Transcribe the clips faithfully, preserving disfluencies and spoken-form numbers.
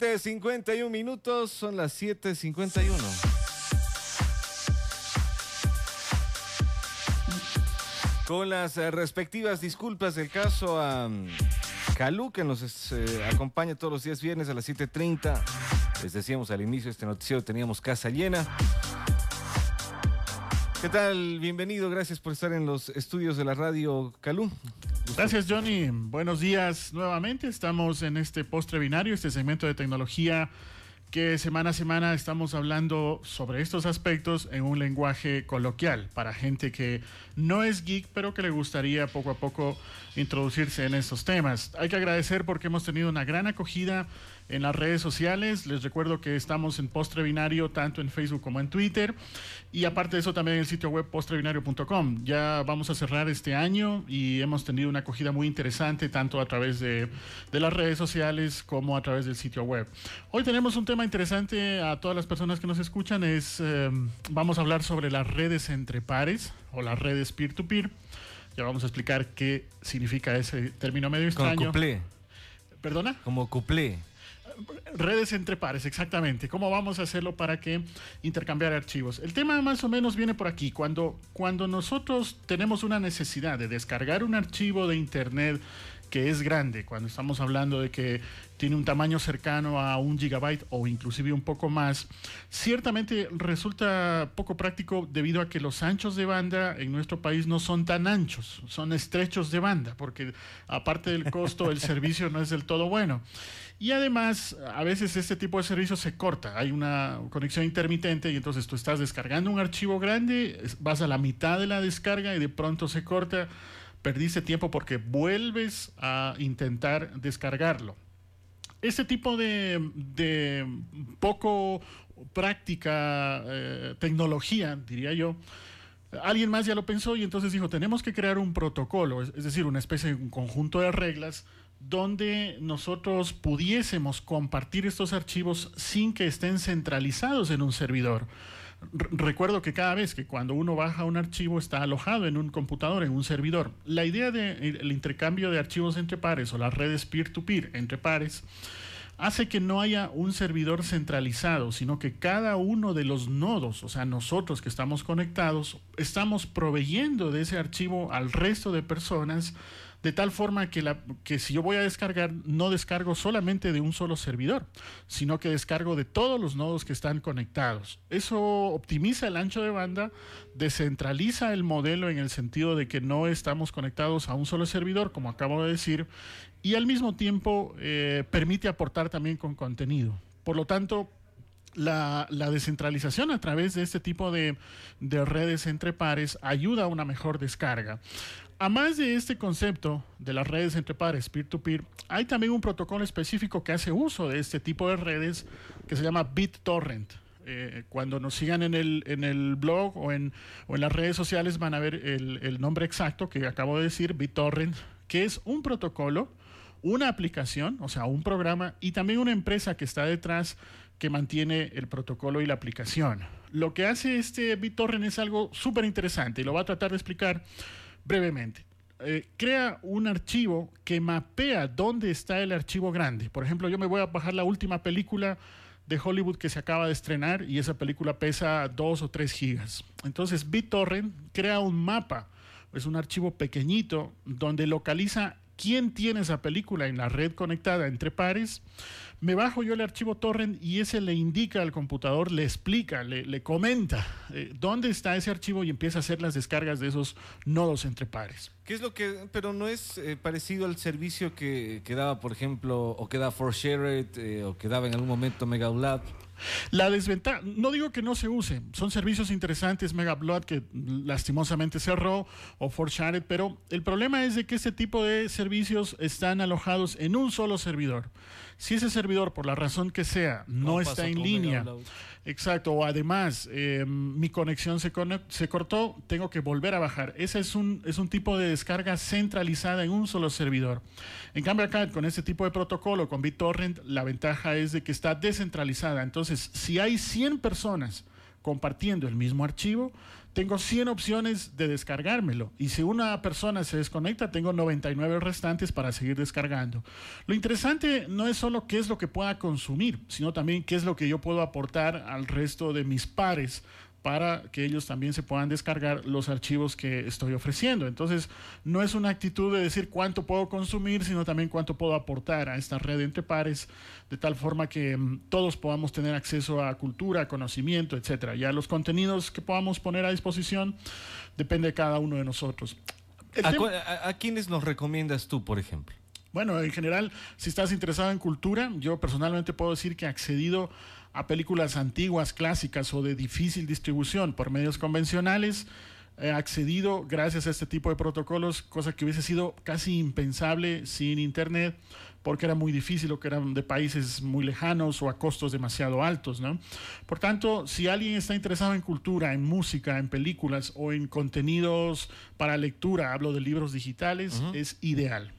siete cincuenta y un minutos, son las siete cincuenta y uno. Con las eh, respectivas disculpas del caso a um, Calú, que nos eh, acompaña todos los días viernes a las siete treinta. Les decíamos al inicio de este noticiero, teníamos casa llena. ¿Qué tal? Bienvenido, gracias por estar en los estudios de la radio, Calú. Gracias, Johnny. Buenos días nuevamente. Estamos en este postre binario, este segmento de tecnología que semana a semana estamos hablando sobre estos aspectos en un lenguaje coloquial para gente que no es geek, pero que le gustaría poco a poco introducirse en estos temas. Hay que agradecer porque hemos tenido una gran acogida en las redes sociales. Les recuerdo que estamos en Postre Binario tanto en Facebook como en Twitter, y aparte de eso también en el sitio web postre binario punto com. Ya vamos a cerrar este año y hemos tenido una acogida muy interesante tanto a través de, de las redes sociales como a través del sitio web. Hoy tenemos un tema interesante a todas las personas que nos escuchan. Es, eh, vamos a hablar sobre las redes entre pares o las redes peer-to-peer. Ya vamos a explicar qué significa ese término medio extraño. Como cuplé. ¿Perdona? Como cuplé. Redes entre pares, exactamente. ¿Cómo vamos a hacerlo para que intercambiar archivos? El tema más o menos viene por aquí. Cuando, cuando nosotros tenemos una necesidad de descargar un archivo de internet que es grande, cuando estamos hablando de que tiene un tamaño cercano a un gigabyte o inclusive un poco más, ciertamente resulta poco práctico debido a que los anchos de banda en nuestro país no son tan anchos, son estrechos de banda, porque aparte del costo el servicio no es del todo bueno. Y además, a veces este tipo de servicio se corta, hay una conexión intermitente y entonces tú estás descargando un archivo grande, vas a la mitad de la descarga y de pronto se corta. Perdiste tiempo porque vuelves a intentar descargarlo. Este tipo de, de poco práctica eh, tecnología, diría yo, alguien más ya lo pensó y entonces dijo, tenemos que crear un protocolo, es, es decir, una especie de un conjunto de reglas donde nosotros pudiésemos compartir estos archivos sin que estén centralizados en un servidor. Recuerdo que cada vez que cuando uno baja un archivo está alojado en un computador, en un servidor. La idea del intercambio de archivos entre pares o las redes peer-to-peer entre pares hace que no haya un servidor centralizado, sino que cada uno de los nodos, o sea, nosotros que estamos conectados, estamos proveyendo de ese archivo al resto de personas, de tal forma que, la, que si yo voy a descargar, no descargo solamente de un solo servidor, sino que descargo de todos los nodos que están conectados. Eso optimiza el ancho de banda, descentraliza el modelo en el sentido de que no estamos conectados a un solo servidor, como acabo de decir, y al mismo tiempo eh, permite aportar también con contenido. Por lo tanto, La, la descentralización a través de este tipo de, de redes entre pares ayuda a una mejor descarga. A más de este concepto de las redes entre pares, peer-to-peer, hay también un protocolo específico que hace uso de este tipo de redes que se llama BitTorrent. Eh, cuando nos sigan en el, en el blog o en, o en las redes sociales van a ver el, el nombre exacto que acabo de decir, BitTorrent, que es un protocolo, una aplicación, o sea, un programa y también una empresa que está detrás que mantiene el protocolo y la aplicación. Lo que hace este BitTorrent es algo súper interesante y lo voy a tratar de explicar brevemente. Eh, crea un archivo que mapea dónde está el archivo grande. Por ejemplo, yo me voy a bajar la última película de Hollywood que se acaba de estrenar y esa película pesa dos o tres gigas. Entonces BitTorrent crea un mapa, es un archivo pequeñito donde localiza quién tiene esa película en la red conectada entre pares. Me bajo yo el archivo torrent y ese le indica al computador, le explica, le, le comenta eh, dónde está ese archivo y empieza a hacer las descargas de esos nodos entre pares. ¿Qué es lo que, pero no es eh, parecido al servicio que, que daba, por ejemplo, o que da ForShared eh, o que daba en algún momento MegaUlab? La desventaja, no digo que no se use, son servicios interesantes, MegaUlab que lastimosamente cerró o ForShared, pero el problema es de que este tipo de servicios están alojados en un solo servidor. Si ese servidor, por la razón que sea, no, no está en línea, exacto, o además eh, mi conexión se, se cortó, tengo que volver a bajar. Ese es un, es un tipo de descarga centralizada en un solo servidor. En cambio acá, con este tipo de protocolo, con BitTorrent, la ventaja es de que está descentralizada. Entonces, si hay cien personas compartiendo el mismo archivo, tengo cien opciones de descargármelo. Y si una persona se desconecta, tengo noventa y nueve restantes para seguir descargando. Lo interesante no es solo qué es lo que pueda consumir, sino también qué es lo que yo puedo aportar al resto de mis pares para que ellos también se puedan descargar los archivos que estoy ofreciendo. Entonces, no es una actitud de decir cuánto puedo consumir, sino también cuánto puedo aportar a esta red entre pares, de tal forma que um, todos podamos tener acceso a cultura, conocimiento, etcétera. Ya los contenidos que podamos poner a disposición depende de cada uno de nosotros. ¿A, a, ¿A quiénes nos recomiendas tú, por ejemplo? Bueno, en general, si estás interesado en cultura, yo personalmente puedo decir que he accedido a películas antiguas, clásicas o de difícil distribución por medios convencionales. He accedido gracias a este tipo de protocolos, cosa que hubiese sido casi impensable sin internet, porque era muy difícil o que eran de países muy lejanos o a costos demasiado altos, ¿no? Por tanto, si alguien está interesado en cultura, en música, en películas o en contenidos para lectura, hablo de libros digitales, uh-huh. es ideal.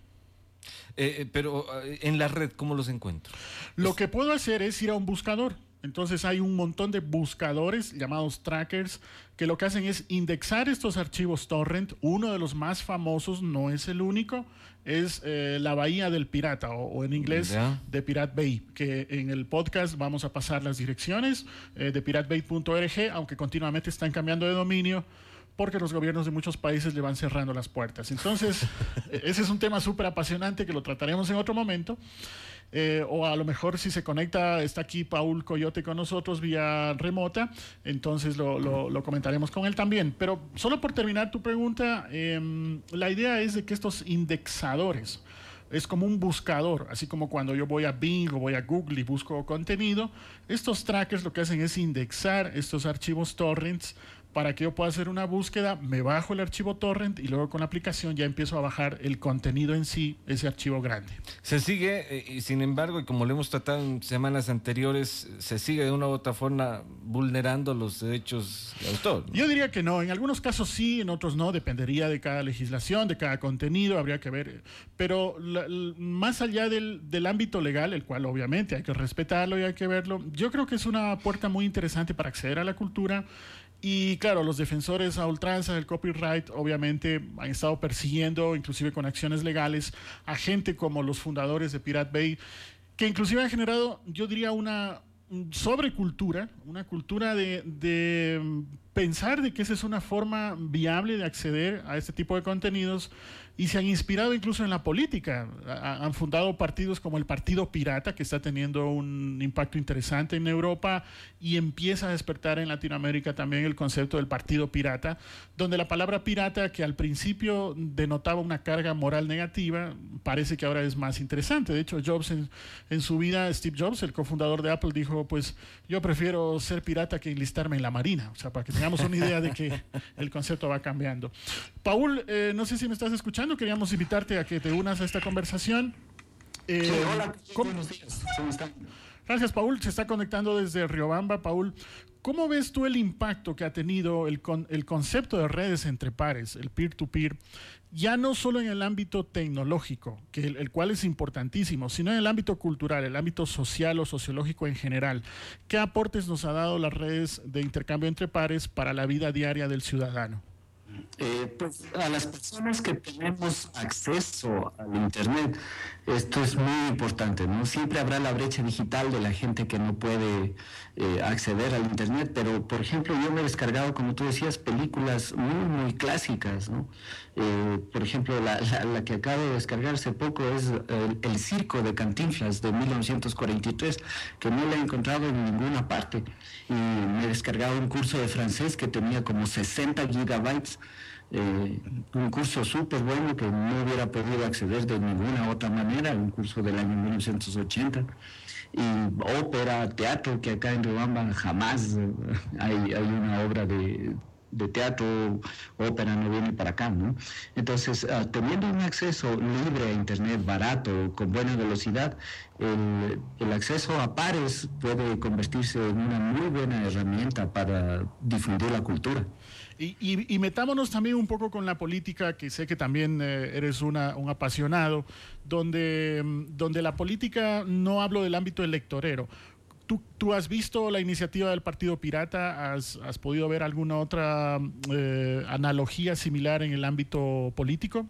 Eh, pero en la red, ¿cómo los encuentro? Lo es... que puedo hacer es ir a un buscador. Entonces hay un montón de buscadores llamados trackers que lo que hacen es indexar estos archivos torrent. Uno de los más famosos, no es el único, es eh, la Bahía del Pirata o, o en inglés yeah. The Pirate Bay, que en el podcast vamos a pasar las direcciones eh, de pirate bay punto org, aunque continuamente están cambiando de dominio, porque los gobiernos de muchos países le van cerrando las puertas. Entonces, ese es un tema súper apasionante que lo trataremos en otro momento. Eh, o a lo mejor si se conecta, está aquí Paul Coyote con nosotros vía remota, entonces lo, lo, lo comentaremos con él también. Pero solo por terminar tu pregunta, eh, la idea es de que estos indexadores, es como un buscador, así como cuando yo voy a Bing o voy a Google y busco contenido, estos trackers lo que hacen es indexar estos archivos torrents para que yo pueda hacer una búsqueda, me bajo el archivo torrent y luego con la aplicación ya empiezo a bajar el contenido en sí, ese archivo grande. Se sigue, eh, y sin embargo, y como lo hemos tratado en semanas anteriores, se sigue de una u otra forma vulnerando los derechos de autor, ¿no? Yo diría que no, en algunos casos sí, en otros no, dependería de cada legislación, de cada contenido, habría que ver, pero la, la, más allá del, del ámbito legal, el cual obviamente hay que respetarlo y hay que verlo, yo creo que es una puerta muy interesante para acceder a la cultura. Y claro, los defensores a ultranza del copyright obviamente han estado persiguiendo, inclusive con acciones legales, a gente como los fundadores de Pirate Bay, que inclusive han generado, yo diría, una sobrecultura, una cultura de, de pensar de que esa es una forma viable de acceder a este tipo de contenidos, y se han inspirado incluso en la política. Han fundado partidos como el Partido Pirata, que está teniendo un impacto interesante en Europa, y empieza a despertar en Latinoamérica también el concepto del Partido Pirata, donde la palabra pirata, que al principio denotaba una carga moral negativa, parece que ahora es más interesante. De hecho, Jobs en, en su vida, Steve Jobs, el cofundador de Apple, dijo, pues yo prefiero ser pirata que enlistarme en la Marina. O sea, para que tengamos una idea de que el concepto va cambiando. Paul, eh, no sé si me estás escuchando. Queríamos invitarte a que te unas a esta conversación. Eh, sí, hola, buenos días. ¿Cómo están? Gracias, Paul. Se está conectando desde Riobamba. Paul, ¿cómo ves tú el impacto que ha tenido el, con, el concepto de redes entre pares, el peer-to-peer, ya no solo en el ámbito tecnológico, que el, el cual es importantísimo, sino en el ámbito cultural, el ámbito social o sociológico en general? ¿Qué aportes nos ha dado las redes de intercambio entre pares para la vida diaria del ciudadano? Eh, pues a las personas que tenemos acceso al internet, esto es muy importante, ¿no? Siempre habrá la brecha digital de la gente que no puede eh, acceder al internet, pero por ejemplo yo me he descargado, como tú decías, películas muy muy clásicas, ¿no? Eh, por ejemplo la, la, la que acabo de descargar hace poco es el, el Circo de Cantinflas de mil novecientos cuarenta y tres, que no la he encontrado en ninguna parte, y me he descargado un curso de francés que tenía como sesenta gigabytes. Eh, un curso súper bueno que no hubiera podido acceder de ninguna otra manera, un curso del año mil novecientos ochenta, y ópera, teatro, que acá en Riobamba jamás eh, hay, hay una obra de, de teatro, ópera no viene para acá, ¿no? Entonces, uh, teniendo un acceso libre a internet, barato, con buena velocidad, el, el acceso a pares puede convertirse en una muy buena herramienta para difundir la cultura. Y, y, y metámonos también un poco con la política, que sé que también eh, eres una, un apasionado, donde, donde la política, no hablo del ámbito electorero, ¿Tú, ¿Tú has visto la iniciativa del Partido Pirata? ¿Has, has podido ver alguna otra eh, analogía similar en el ámbito político?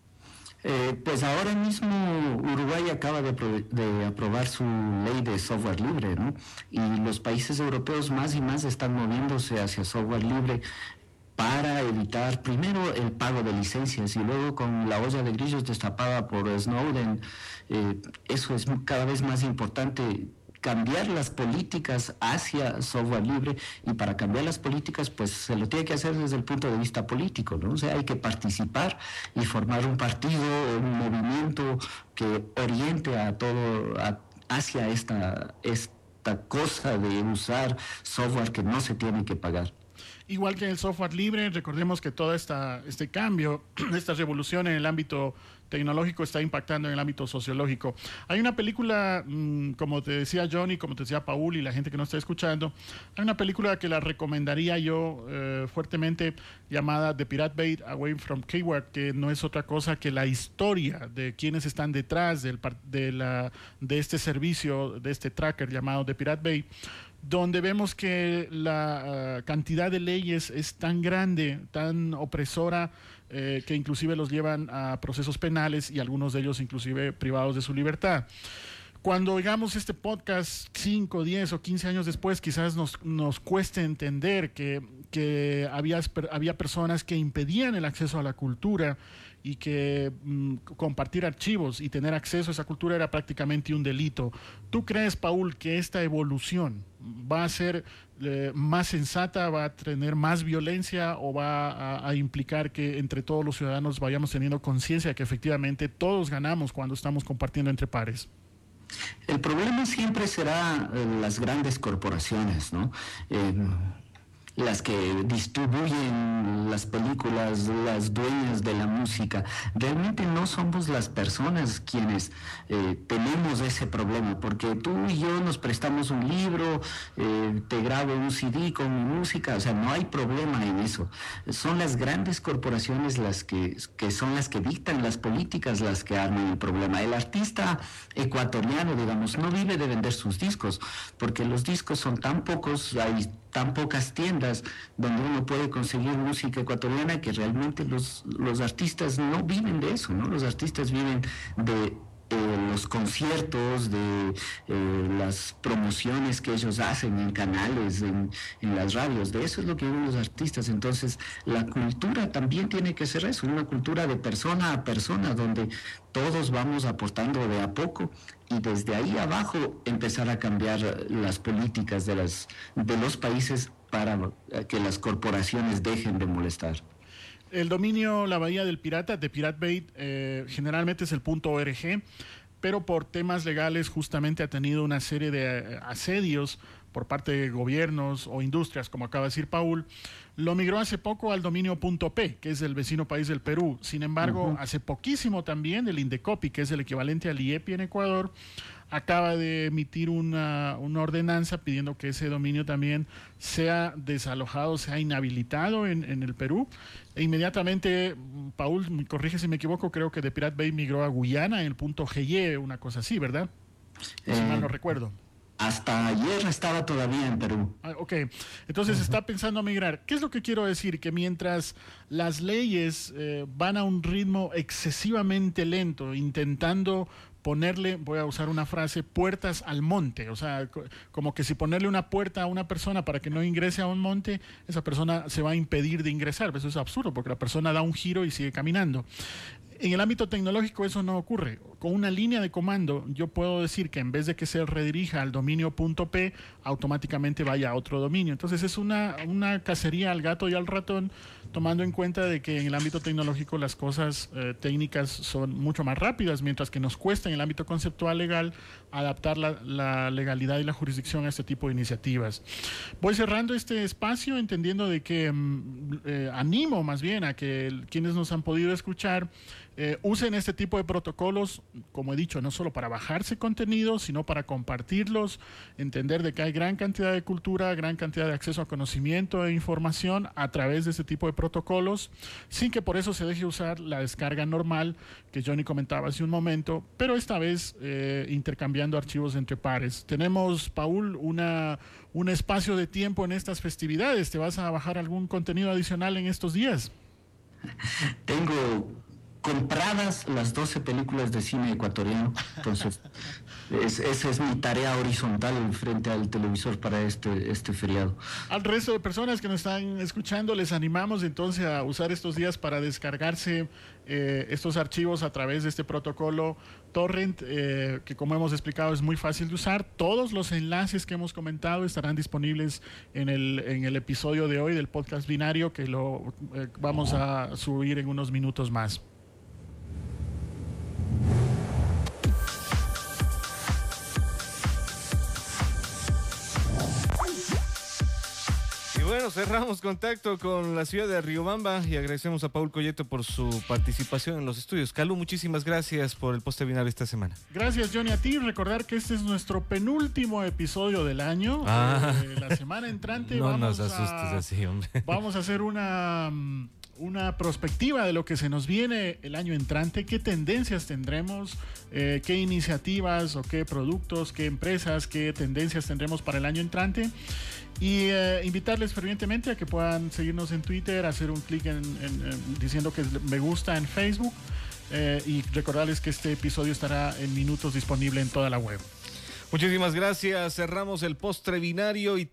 Eh, pues ahora mismo Uruguay acaba de, de aprobar su ley de software libre, ¿no? Y los países europeos más y más están moviéndose hacia software libre para evitar primero el pago de licencias y luego con la olla de grillos destapada por Snowden, eh, eso es cada vez más importante, cambiar las políticas hacia software libre, y para cambiar las políticas pues se lo tiene que hacer desde el punto de vista político, ¿no? O sea, hay que participar y formar un partido, un movimiento que oriente a todo a, hacia esta, esta cosa de usar software que no se tiene que pagar. Igual que el software libre, recordemos que todo esta, este cambio, esta revolución en el ámbito tecnológico está impactando en el ámbito sociológico. Hay una película, mmm, como te decía Johnny, como te decía Paul y la gente que nos está escuchando, hay una película que la recomendaría yo eh, fuertemente llamada The Pirate Bay Away from Keyword, que no es otra cosa que la historia de quienes están detrás del, de, la, de este servicio, de este tracker llamado The Pirate Bay, donde vemos que la uh, cantidad de leyes es tan grande, tan opresora, eh, que inclusive los llevan a procesos penales y algunos de ellos inclusive privados de su libertad. Cuando oigamos este podcast cinco, diez o quince años después, quizás nos, nos cueste entender que, que había, había personas que impedían el acceso a la cultura y que mm, compartir archivos y tener acceso a esa cultura era prácticamente un delito. ¿Tú crees, Paul, que esta evolución va a ser eh, más sensata, va a tener más violencia o va a, a implicar que entre todos los ciudadanos vayamos teniendo conciencia de que efectivamente todos ganamos cuando estamos compartiendo entre pares? El problema siempre será eh, las grandes corporaciones, ¿no? Eh, las que distribuyen las películas, las dueñas de la música. Realmente no somos las personas quienes eh, tenemos ese problema, porque tú y yo nos prestamos un libro, eh, te grabo un C D con mi música, o sea, no hay problema en eso. Son las grandes corporaciones las que, que son las que dictan las políticas, las que arman el problema. El artista ecuatoriano, digamos, no vive de vender sus discos, porque los discos son tan pocos, hay tan pocas tiendas donde uno puede conseguir música ecuatoriana, que realmente los, los artistas no viven de eso, ¿no? Los artistas viven de eh, los conciertos, de eh, las promociones que ellos hacen en canales, en, en las radios, de eso es lo que viven los artistas. Entonces la cultura también tiene que ser eso, una cultura de persona a persona, donde todos vamos aportando de a poco y desde ahí abajo empezar a cambiar las políticas de, las, de los países para que las corporaciones dejen de molestar. El dominio La Bahía del Pirata, de Pirate Bay, eh, generalmente es el .org, pero por temas legales justamente ha tenido una serie de asedios por parte de gobiernos o industrias, como acaba de decir Paul. Lo migró hace poco al dominio .p, que es el vecino país del Perú. Sin embargo, uh-huh. hace poquísimo también el Indecopi, que es el equivalente al I E P I en Ecuador, acaba de emitir una, una ordenanza pidiendo que ese dominio también sea desalojado, sea inhabilitado en, en el Perú. E inmediatamente, Paul, me corrige si me equivoco, creo que de Pirate Bay migró a Guyana en el .gy, una cosa así, ¿verdad? Eh, si mal no recuerdo. Hasta ayer estaba todavía en Perú. Ah, ok, entonces uh-huh. está pensando migrar. ¿Qué es lo que quiero decir? Que mientras las leyes eh, van a un ritmo excesivamente lento, intentando ponerle, voy a usar una frase, puertas al monte, o sea, como que si ponerle una puerta a una persona para que no ingrese a un monte, esa persona se va a impedir de ingresar. Eso es absurdo, porque la persona da un giro y sigue caminando. En el ámbito tecnológico eso no ocurre. Con una línea de comando yo puedo decir que en vez de que se redirija al dominio .p, automáticamente vaya a otro dominio. Entonces es una, una cacería al gato y al ratón, tomando en cuenta de que en el ámbito tecnológico las cosas eh, técnicas son mucho más rápidas, mientras que nos cuesta en el ámbito conceptual legal adaptar la, la legalidad y la jurisdicción a este tipo de iniciativas. Voy cerrando este espacio entendiendo de que mm, eh, animo más bien a que el, quienes nos han podido escuchar eh, usen este tipo de protocolos, como he dicho, no solo para bajarse contenido, sino para compartirlos, entender de que hay gran cantidad de cultura, gran cantidad de acceso a conocimiento e información a través de este tipo de protocolos, sin que por eso se deje usar la descarga normal que Johnny comentaba hace un momento, pero esta vez eh, intercambiando archivos entre pares. Tenemos, Paul, una, un espacio de tiempo en estas festividades. ¿Te vas a bajar algún contenido adicional en estos días? Tengo compradas las doce películas de cine ecuatoriano, entonces es, esa es mi tarea horizontal frente al televisor para este, este feriado. Al resto de personas que nos están escuchando, les animamos entonces a usar estos días para descargarse eh, estos archivos a través de este protocolo Torrent, eh, que como hemos explicado es muy fácil de usar. Todos los enlaces que hemos comentado estarán disponibles en el, en el episodio de hoy del podcast binario, que lo eh, vamos a subir en unos minutos más. Y bueno, cerramos contacto con la ciudad de Riobamba y agradecemos a Paul Colleto por su participación en los estudios. Calu, muchísimas gracias por el poste binario esta semana. Gracias, Johnny, a ti. Recordar que este es nuestro penúltimo episodio del año. Ah. Eh, la semana entrante no vamos, nos asustes a, así, hombre. vamos a hacer una... una prospectiva de lo que se nos viene el año entrante, qué tendencias tendremos, eh, qué iniciativas o qué productos, qué empresas, qué tendencias tendremos para el año entrante. Y eh, invitarles fervientemente a que puedan seguirnos en Twitter, hacer un clic en, en, en, diciendo que me gusta en Facebook, eh, y recordarles que este episodio estará en minutos disponible en toda la web. Muchísimas gracias. Cerramos el postre binario y